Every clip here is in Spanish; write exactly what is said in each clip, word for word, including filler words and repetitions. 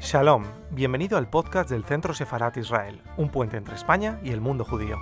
Shalom, bienvenido al podcast del Centro Sefarat Israel, un puente entre España y el mundo judío.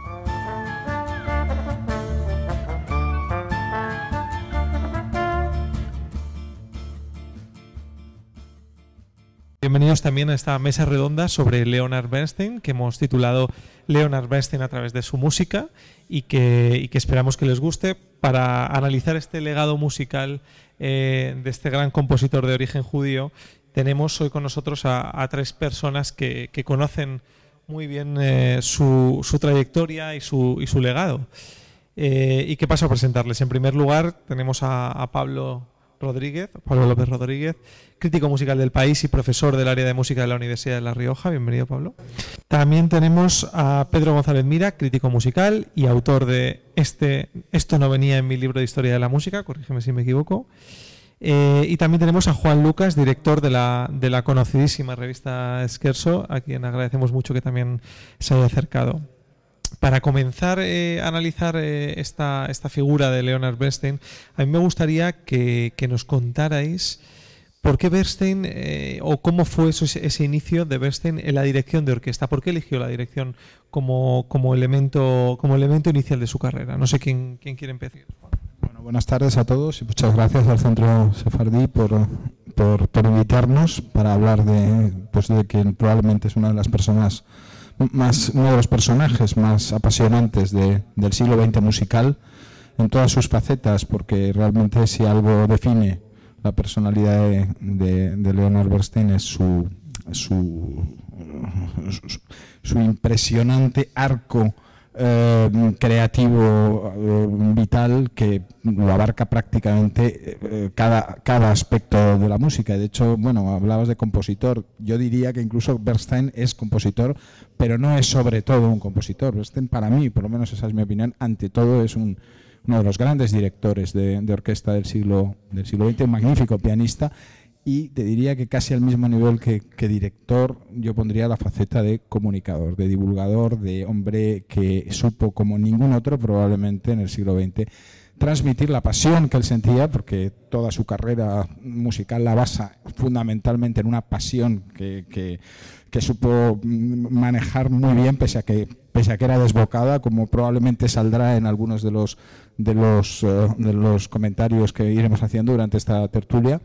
Bienvenidos también a esta mesa redonda sobre Leonard Bernstein, que hemos titulado Leonard Bernstein a través de su música y que, y que esperamos que les guste, para analizar este legado musical eh, de este gran compositor de origen judío. Tenemos hoy con nosotros a, a tres personas que, que conocen muy bien eh, su, su trayectoria y su, y su legado. Eh, y que paso a presentarles. En primer lugar tenemos a, a Pablo Rodríguez, Pablo López Rodríguez, crítico musical del País y profesor del área de música de la Universidad de La Rioja. Bienvenido, Pablo. También tenemos a Pedro González Mira, crítico musical y autor de este Esto no venía en mi libro de historia de la música, corrígeme si me equivoco. Eh, y también tenemos a Juan Lucas, director de la, de la conocidísima revista Scherzo, a quien agradecemos mucho que también se haya acercado. Para comenzar eh, a analizar eh, esta, esta figura de Leonard Bernstein, a mí me gustaría que, que nos contarais por qué Bernstein eh, o cómo fue eso, ese, ese inicio de Bernstein en la dirección de orquesta. ¿Por qué eligió la dirección como, como, elemento, como elemento inicial de su carrera? No sé quién, quién quiere empezar. Bueno, buenas tardes a todos y muchas gracias al Centro Sefardí por, por, por invitarnos para hablar de, pues de quien probablemente es una de las personas más, uno de los personajes más apasionantes de, del siglo veinte musical en todas sus facetas, porque realmente si algo define la personalidad de, de, de Leonard Bernstein es su, su, su, su impresionante arco Eh, creativo, eh, vital, que lo abarca prácticamente eh, cada, cada aspecto de la música. De hecho, bueno, hablabas de compositor. Yo diría que incluso Bernstein es compositor, pero no es sobre todo un compositor. Bernstein, para mí, por lo menos esa es mi opinión, ante todo es un, uno de los grandes directores de, de orquesta del siglo, del siglo veinte, un magnífico pianista. Y te diría que casi al mismo nivel que, que director, yo pondría la faceta de comunicador, de divulgador, de hombre que supo como ningún otro probablemente en el siglo veinte transmitir la pasión que él sentía, porque toda su carrera musical la basa fundamentalmente en una pasión que, que, que supo manejar muy bien, pese a que pese a que era desbocada, como probablemente saldrá en algunos de los, de los, uh, de los comentarios que iremos haciendo durante esta tertulia.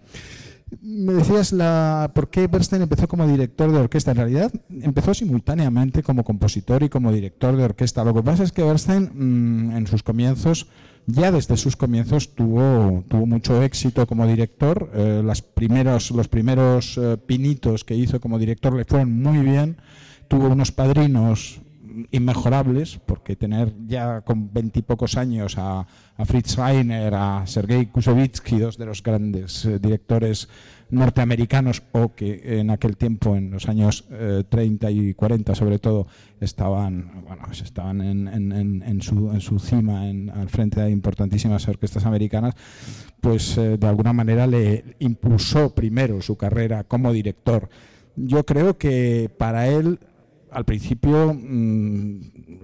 Me decías la, por qué Bernstein empezó como director de orquesta. En realidad empezó simultáneamente como compositor y como director de orquesta. Lo que pasa es que Bernstein mmm, en sus comienzos, ya desde sus comienzos, tuvo, tuvo mucho éxito como director. Eh, las primeros, los primeros eh, pinitos que hizo como director le fueron muy bien. Tuvo unos padrinos inmejorables, porque tener ya con veintipocos años a, a Fritz Reiner, a Sergei Koussevitzky, dos de los grandes eh, directores norteamericanos, o que en aquel tiempo, en los años eh, treinta y cuarenta sobre todo, estaban, bueno, pues estaban en, en, en, en, su, en su cima, en, al frente de importantísimas orquestas americanas, pues eh, de alguna manera le impulsó primero su carrera como director. Yo creo que para él, al principio, mmm,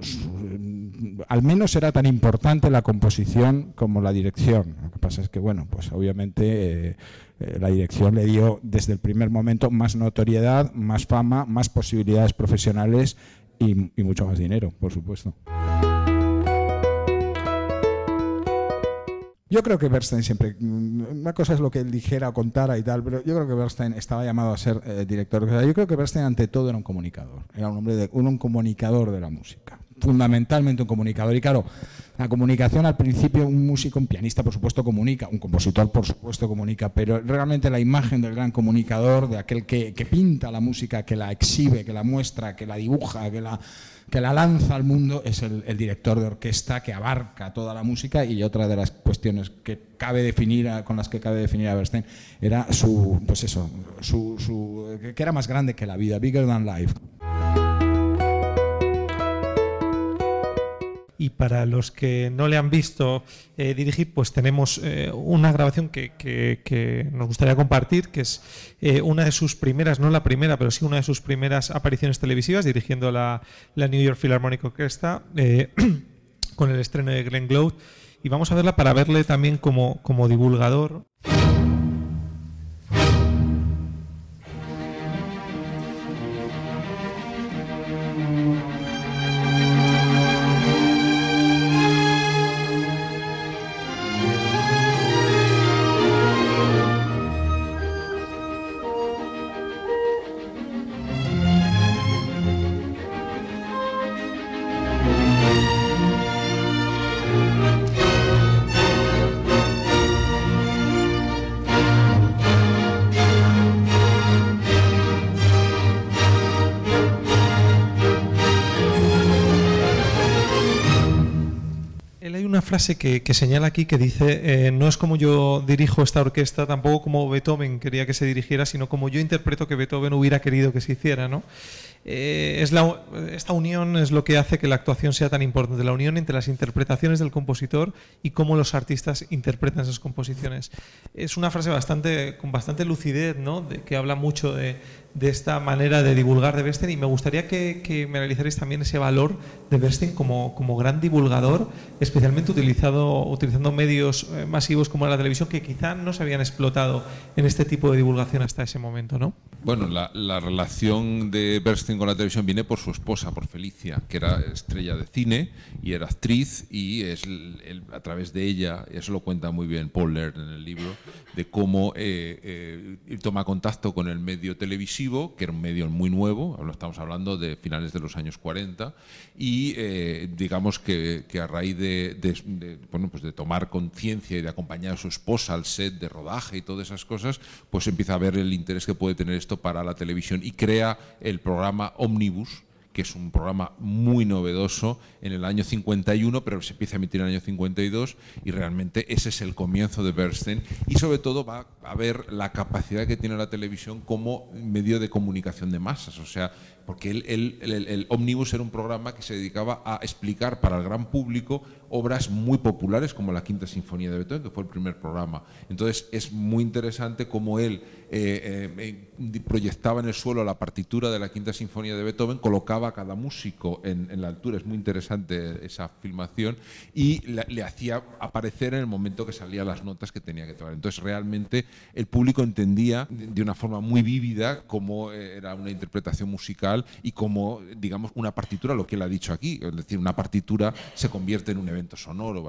al menos era tan importante la composición como la dirección. Lo que pasa es que, bueno, pues obviamente eh, eh, la dirección le dio desde el primer momento más notoriedad, más fama, más posibilidades profesionales y, y mucho más dinero, por supuesto. Yo creo que Bernstein siempre, una cosa es lo que él dijera o contara y tal, pero yo creo que Bernstein estaba llamado a ser eh, director. Yo creo que Bernstein ante todo era un comunicador, era un hombre de, un, un comunicador de la música, fundamentalmente un comunicador. Y claro, la comunicación al principio, un músico, un pianista por supuesto comunica, un compositor por supuesto comunica, pero realmente la imagen del gran comunicador, de aquel que, que pinta la música, que la exhibe, que la muestra, que la dibuja, que la... que la lanza al mundo, es el, el director de orquesta, que abarca toda la música. Y otra de las cuestiones que cabe definir a, con las que cabe definir a Bernstein era su, pues eso, su, su, que era más grande que la vida, bigger than life. Y para los que no le han visto eh, dirigir, pues tenemos eh, una grabación que, que, que nos gustaría compartir, que es eh, una de sus primeras, no la primera, pero sí una de sus primeras apariciones televisivas, dirigiendo la, la New York Philharmonic Orchestra, eh, con el estreno de Glenn Gould. Y vamos a verla para verle también como, como divulgador. frase que, que señala aquí que dice, eh, no es como yo dirijo esta orquesta, tampoco como Beethoven quería que se dirigiera, sino como yo interpreto que Beethoven hubiera querido que se hiciera, ¿no? Eh, es la, esta unión es lo que hace que la actuación sea tan importante, la unión entre las interpretaciones del compositor y cómo los artistas interpretan esas composiciones. Es una frase bastante, con bastante lucidez, ¿no? De, que habla mucho de, de esta manera de divulgar de Bernstein, y me gustaría que, que me analizarais también ese valor de Bernstein como, como gran divulgador, especialmente utilizado, utilizando medios masivos como la televisión, que quizá no se habían explotado en este tipo de divulgación hasta ese momento, ¿no? Bueno, la, la relación de Bernstein con la televisión viene por su esposa, por Felicia, que era estrella de cine y era actriz, y es el, el, a través de ella, eso lo cuenta muy bien Paul Laird en el libro, de cómo eh, eh, toma contacto con el medio televisivo, que era un medio muy nuevo, estamos hablando de finales de los años cuarenta, y eh, digamos que, que a raíz de, de, de, bueno, pues de tomar conciencia y de acompañar a su esposa al set de rodaje y todas esas cosas, pues empieza a ver el interés que puede tener esto para la televisión y crea el programa Omnibus, que es un programa muy novedoso en el año cincuenta y uno, pero se empieza a emitir en el año cincuenta y dos, y realmente ese es el comienzo de Bernstein, y sobre todo va a ver la capacidad que tiene la televisión como medio de comunicación de masas, o sea, porque él, él, el, el, el Omnibus era un programa que se dedicaba a explicar para el gran público obras muy populares como la Quinta Sinfonía de Beethoven, que fue el primer programa. Entonces es muy interesante cómo él eh, eh, proyectaba en el suelo la partitura de la Quinta Sinfonía de Beethoven, colocaba a cada músico en, en la altura, es muy interesante esa filmación, y le, le hacía aparecer en el momento que salían las notas que tenía que tomar. Entonces realmente el público entendía de una forma muy vívida cómo era una interpretación musical y cómo, digamos, una partitura, lo que él ha dicho aquí, es decir, una partitura se convierte en un evento sonoro.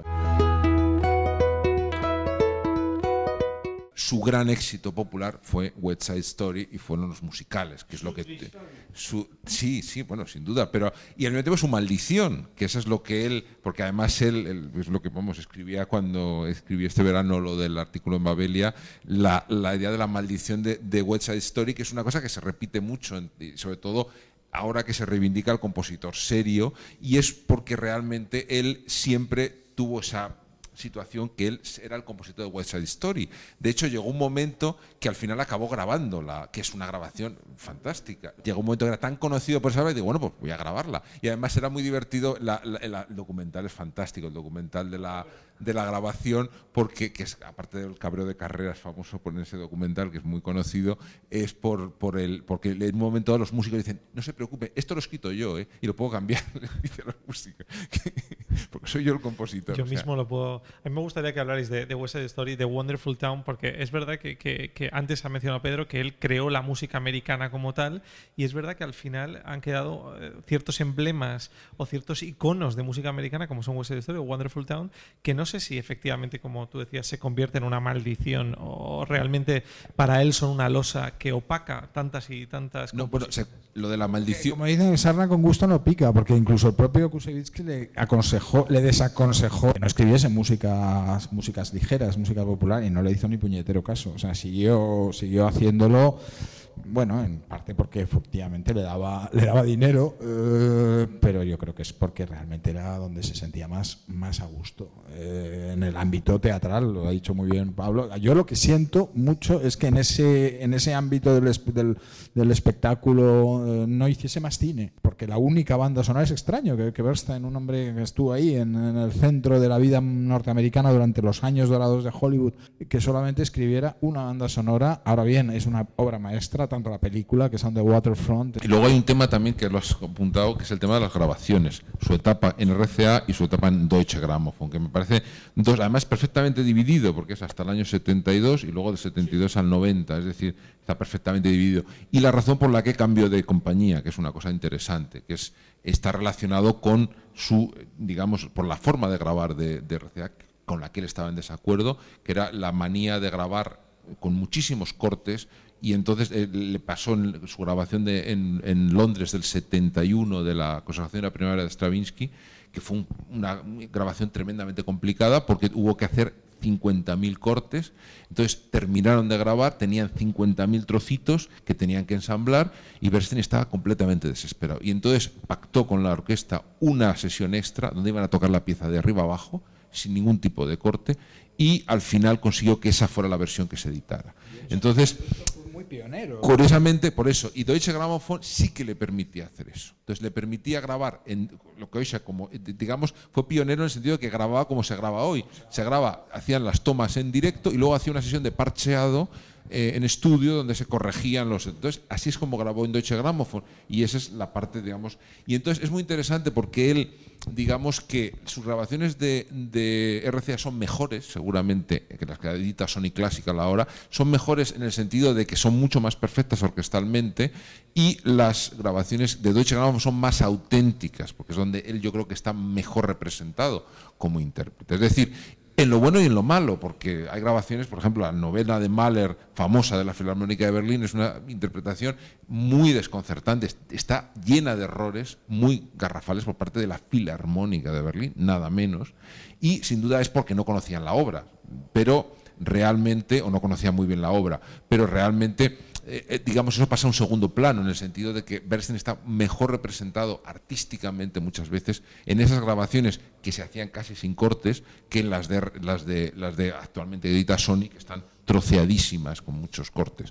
Su gran éxito popular fue West Side Story y fueron los musicales, que es lo que... Te, su, sí, sí, bueno, sin duda, pero... Y al mismo tiempo su maldición, que eso es lo que él... Porque además él, él es lo que, vamos, escribía cuando escribí este verano lo del artículo en Babelia, la, la idea de la maldición de, de West Side Story, que es una cosa que se repite mucho, y sobre todo ahora que se reivindica al compositor serio, y es porque realmente él siempre tuvo esa situación que él era el compositor de West Side Story. De hecho, llegó un momento que al final acabó grabándola, que es una grabación fantástica. Llegó un momento que era tan conocido por esa vez, y digo, bueno, pues voy a grabarla. Y además era muy divertido, la, la, la, el documental es fantástico, el documental de la, de la grabación, porque, que es, aparte del cabreo de carreras famoso por ese documental, que es muy conocido, es por, por el, porque en un momento todos los músicos dicen, no se preocupe, esto lo he escrito yo, ¿eh? Y lo puedo cambiar, dice los músicos, porque soy yo el compositor. Yo o sea. mismo lo puedo... A mí me gustaría que hablarais de, de West Side Story, de Wonderful Town, porque es verdad que, que, que antes ha mencionado Pedro que él creó la música americana como tal, y es verdad que al final han quedado eh, ciertos emblemas o ciertos iconos de música americana, como son West Side Story o Wonderful Town, que no sé si efectivamente, como tú decías, se convierte en una maldición o realmente para él son una losa que opaca tantas y tantas no, bueno, se, lo de la maldición... Como dicen, sarna con gusto no pica, porque incluso el propio Kusevitsky le aconsejó, le desaconsejó que no escribiese músicas, músicas ligeras, música popular, y no le hizo ni puñetero caso. O sea, siguió, siguió haciéndolo, bueno, en parte porque efectivamente le daba, le daba dinero, eh, pero yo creo que es porque realmente era donde se sentía más, más a gusto. Eh, en el ámbito teatral, lo ha dicho muy bien Pablo. Yo lo que siento mucho es que en ese, en ese ámbito del, del, del espectáculo eh, no hiciese más cine, porque la única banda sonora es extraño, que, que Bernstein, un hombre que estuvo ahí en, en el centro de la vida norteamericana durante los años dorados de Hollywood, que solamente escribiera una banda sonora. Ahora bien, es una obra maestra, tanto la película, que son The Waterfront. Y luego hay un tema también que lo has apuntado, que es el tema de las grabaciones, su etapa en R C A y su etapa en Deutsche Grammophon, que me parece dos, además perfectamente dividido, porque es hasta el año setenta y dos y luego del setenta y dos al noventa, es decir, está perfectamente dividido. Y la razón por la que cambió de compañía, que es una cosa interesante, que es está relacionado con su, digamos, por la forma de grabar de, de R C A, con la que él estaba en desacuerdo, que era la manía de grabar con muchísimos cortes, y entonces eh, le pasó en su grabación de, en, en Londres del setenta y uno de la consagración de la primavera de Stravinsky, que fue un, una grabación tremendamente complicada porque hubo que hacer cincuenta mil cortes. Entonces terminaron de grabar, tenían cincuenta mil trocitos que tenían que ensamblar, y Bernstein estaba completamente desesperado, y entonces pactó con la orquesta una sesión extra donde iban a tocar la pieza de arriba abajo sin ningún tipo de corte, y al final consiguió que esa fuera la versión que se editara. Entonces, muy pionero. Curiosamente, por eso, y Deutsche Grammophon sí que le permitía hacer eso. Entonces le permitía grabar en lo que hoy sea como, digamos, fue pionero en el sentido de que grababa como se graba hoy. Se graba, hacían las tomas en directo y luego hacía una sesión de parcheado eh, en estudio donde se corregían los. Entonces, así es como grabó en Deutsche Grammophon, y esa es la parte, digamos. Y entonces es muy interesante porque él, digamos que sus grabaciones de, de R C A son mejores, seguramente, que las que edita Sony Classical ahora, son mejores en el sentido de que son mucho más perfectas orquestalmente, y las grabaciones de Deutsche Grammophon son más auténticas, porque es donde él yo creo que está mejor representado como intérprete. Es decir, en lo bueno y en lo malo, porque hay grabaciones, por ejemplo, la novena de Mahler, famosa de la Filarmónica de Berlín, es una interpretación muy desconcertante, está llena de errores muy garrafales por parte de la Filarmónica de Berlín, nada menos, y sin duda es porque no conocían la obra, pero realmente, o no conocían muy bien la obra, pero realmente, eh, digamos, eso pasa a un segundo plano, en el sentido de que Bernstein está mejor representado artísticamente muchas veces en esas grabaciones que se hacían casi sin cortes que en las de, las de, las de actualmente edita Sony, que están troceadísimas con muchos cortes.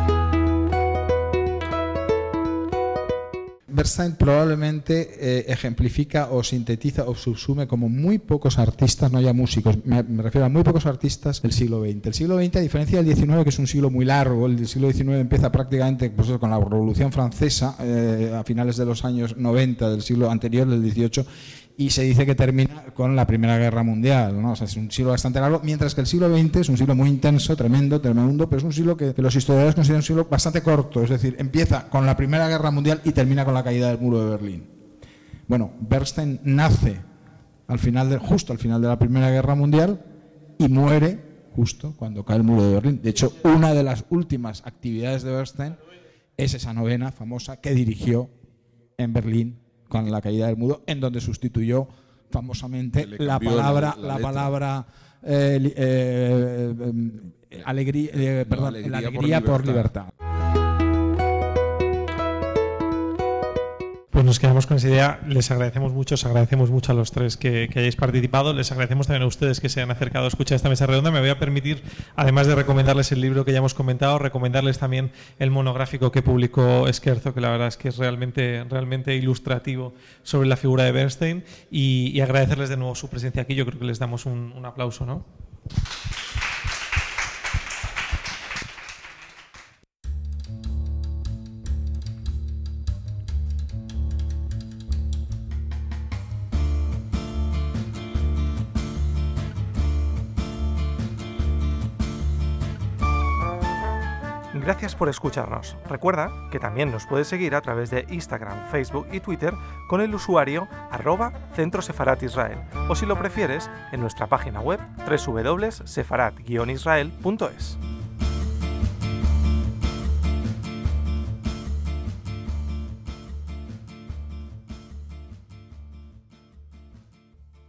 Bernstein probablemente eh, ejemplifica o sintetiza o subsume como muy pocos artistas, no ya músicos, me, me refiero a muy pocos artistas del siglo veinte. El siglo veinte, a diferencia del diecinueve, que es un siglo muy largo, el siglo diecinueve empieza prácticamente pues, con la Revolución Francesa, eh, a finales de los años noventa del siglo anterior, del dieciocho, y se dice que termina con la Primera Guerra Mundial, ¿no? O sea, es un siglo bastante largo, mientras que el siglo veinte es un siglo muy intenso, tremendo, tremendo, pero es un siglo que, que los historiadores consideran un siglo bastante corto, es decir, empieza con la Primera Guerra Mundial y termina con la caída del muro de Berlín. Bueno, Bernstein nace al final de, justo al final de la Primera Guerra Mundial y muere justo cuando cae el muro de Berlín. De hecho, una de las últimas actividades de Bernstein es esa novena famosa que dirigió en Berlín con la caída del muro, en donde sustituyó famosamente la palabra, la, la, la palabra eh, eh, eh, alegría, eh, no, perdón, alegría, la alegría por libertad. Por libertad. Pues nos quedamos con esa idea. Les agradecemos mucho, os agradecemos mucho a los tres que, que hayáis participado. Les agradecemos también a ustedes que se han acercado a escuchar esta mesa redonda. Me voy a permitir, además de recomendarles el libro que ya hemos comentado, recomendarles también el monográfico que publicó Scherzo, que la verdad es que es realmente, realmente ilustrativo sobre la figura de Bernstein, y, y agradecerles de nuevo su presencia aquí. Yo creo que les damos un, un aplauso, ¿no? Gracias por escucharnos. Recuerda que también nos puedes seguir a través de Instagram, Facebook y Twitter con el usuario arroba Centro Sefarat Israel, o si lo prefieres, en nuestra página web doble u doble u doble u punto sefarat guion israel punto es.